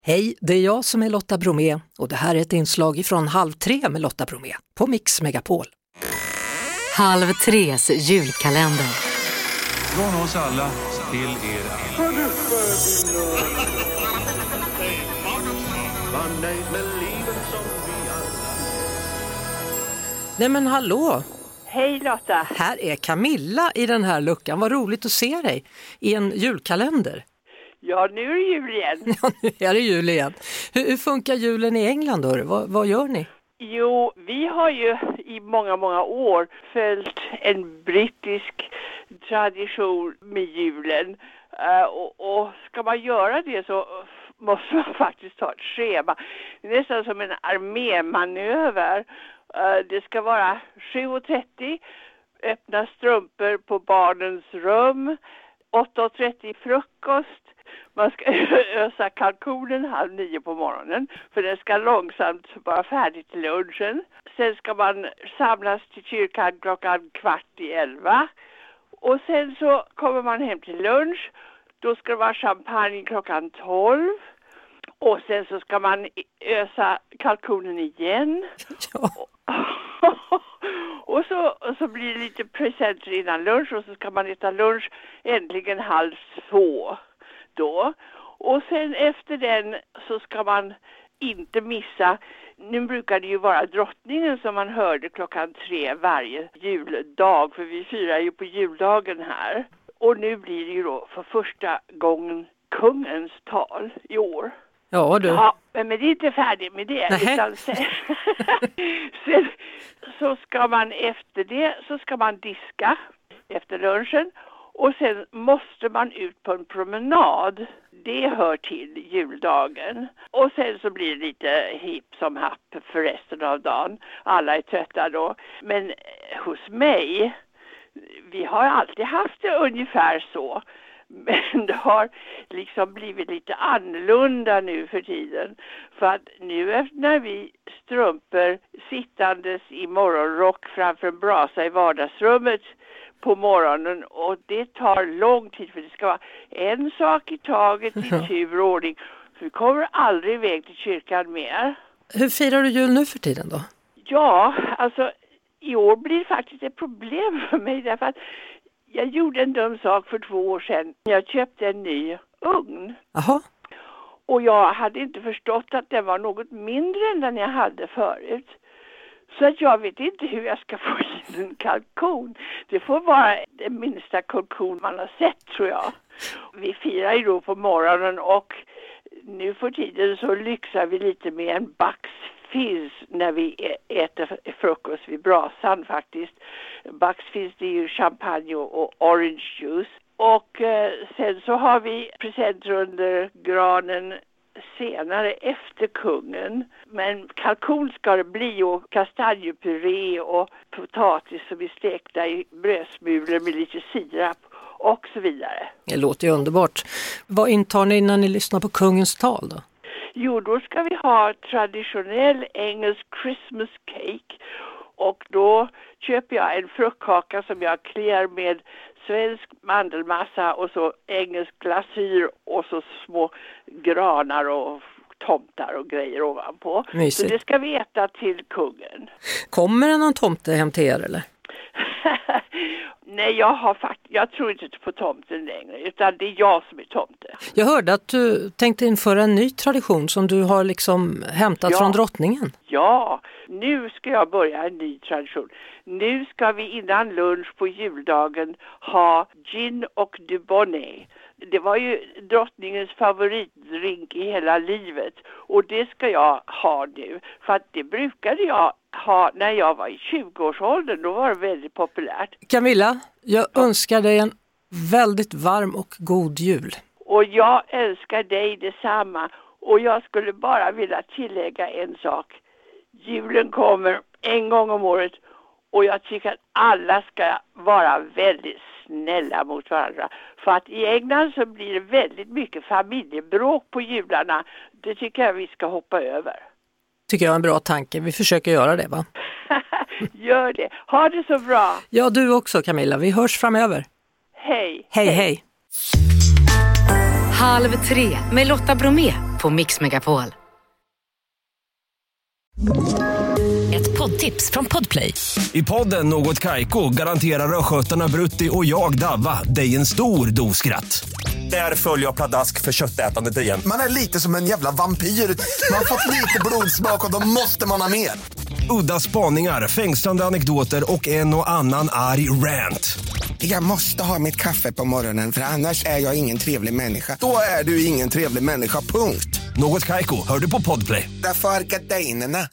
Hej, det är jag som är Lotta Bromé och det här är ett inslag från 2:30 med Lotta Bromé på Mix Megapol. 2:30 julkalender. Från oss alla till er alla. Nej men hallå, Hej Lotta. här är Camilla i den här luckan. Vad roligt att se dig i en julkalender. Ja, nu är det jul igen. Ja, nu är det jul igen. Hur funkar julen i England då? Vad gör ni? Jo, vi har ju i många år följt en brittisk tradition med julen. Och ska man göra det så måste man faktiskt ta ett schema. Det är nästan som en armémanöver. Det ska vara 7:30, öppna strumpor på barnens rum, 8:30 frukost. Man ska ösa kalkonen 8:30 på morgonen för den ska långsamt vara färdig till lunchen. Sen ska man samlas till kyrkan 10:15. Och sen så kommer man hem till lunch. Då ska det vara champagne 12:00. Och sen så ska man ösa kalkonen igen. Ja. Och så blir det lite presenter innan lunch och så ska man äta lunch äntligen 1:30 då. Och sen efter den så ska man inte missa, nu brukar det ju vara drottningen som man hörde 3:00 varje juldag, för vi firar ju på juldagen här. Och nu blir det ju då för första gången kungens tal i år. Ja du. Ja, men det är inte färdigt med det. Utan sen så ska man efter det så ska man diska efter lunchen. Och sen måste man ut på en promenad. Det hör till juldagen. Och sen så blir det lite hipp som happ för resten av dagen. Alla är trötta då. Men hos mig, vi har alltid haft det ungefär så. Men det har liksom blivit lite annorlunda nu för tiden. För att nu öppnar vi strumpor sittandes i morgonrock framför en brasa i vardagsrummet på morgonen, och det tar lång tid för det ska vara en sak i taget i tur och ordning. För vi kommer aldrig iväg till kyrkan mer. Hur firar du jul nu för tiden då? Ja, alltså i år blir det faktiskt ett problem för mig därför att jag gjorde en dum sak för 2 år sedan. Jag köpte en ny ugn. Jaha. Och jag hade inte förstått att den var något mindre än den jag hade förut. Så att jag vet inte hur jag ska få in en kalkon. Det får vara den minsta kalkon man har sett, tror jag. Vi firar ju då på morgonen och nu för tiden så lyxar vi lite med en Bucks-Fizz när vi äter frukost vid brasan faktiskt. Bucks-Fizz är ju champagne och orange juice. Och sen så har vi presenter under granen senare efter kungen. Men kalkon ska det bli och kastanjepuré och potatis som är stekta i brödsmulor med lite sirap och så vidare. Det låter ju underbart. Vad intar ni när ni lyssnar på kungens tal då? Jo, då ska vi ha traditionell engelsk Christmas cake. Och då köper jag en fruktkaka som jag klär med svensk mandelmassa och så engelsk glasyr och så små granar och tomtar och grejer ovanpå. Mysigt. Så det ska vi äta till kungen. Kommer det någon tomte hem till er eller? Nej, jag tror inte på tomten längre, utan det är jag som är tomte. Jag hörde att du tänkte införa en ny tradition som du har liksom hämtat från drottningen. Ja, nu ska jag börja en ny tradition. Nu ska vi innan lunch på juldagen ha gin och dubonnet. Det var ju drottningens favoritdrink i hela livet. Och det ska jag ha nu. För att det brukade jag ha när jag var i 20-årsåldern. Då var det väldigt populärt. Camilla, jag önskar dig en väldigt varm och god jul. Och jag önskar dig detsamma. Och jag skulle bara vilja tillägga en sak. Julen kommer en gång om året. Och jag tycker att alla ska vara väldigt snälla mot varandra. För att i England så blir det väldigt mycket familjebråk på jularna. Det tycker jag vi ska hoppa över. Tycker jag är en bra tanke. Vi försöker göra det, va? Gör det. Ha det så bra. Ja, du också Camilla. Vi hörs framöver. Hej. Hej, hej. 2:30 med Lotta Bromé på Mix Megapol. Ett poddtips från Podplay. I podden Något Kaiko garanterar röskötarna Brutti och jag Davva dig en stor doskratt. Där följer jag pladask för köttätandet igen. Man är lite som en jävla vampyr. Man har fått lite blodsmak och då måste man ha mer. Udda spaningar, fängslande anekdoter och en och annan arg rant. Jag måste ha mitt kaffe på morgonen för annars är jag ingen trevlig människa. Då är du ingen trevlig människa, punkt. Något Kaiko, hör du på Podplay. Därför är gardinerna.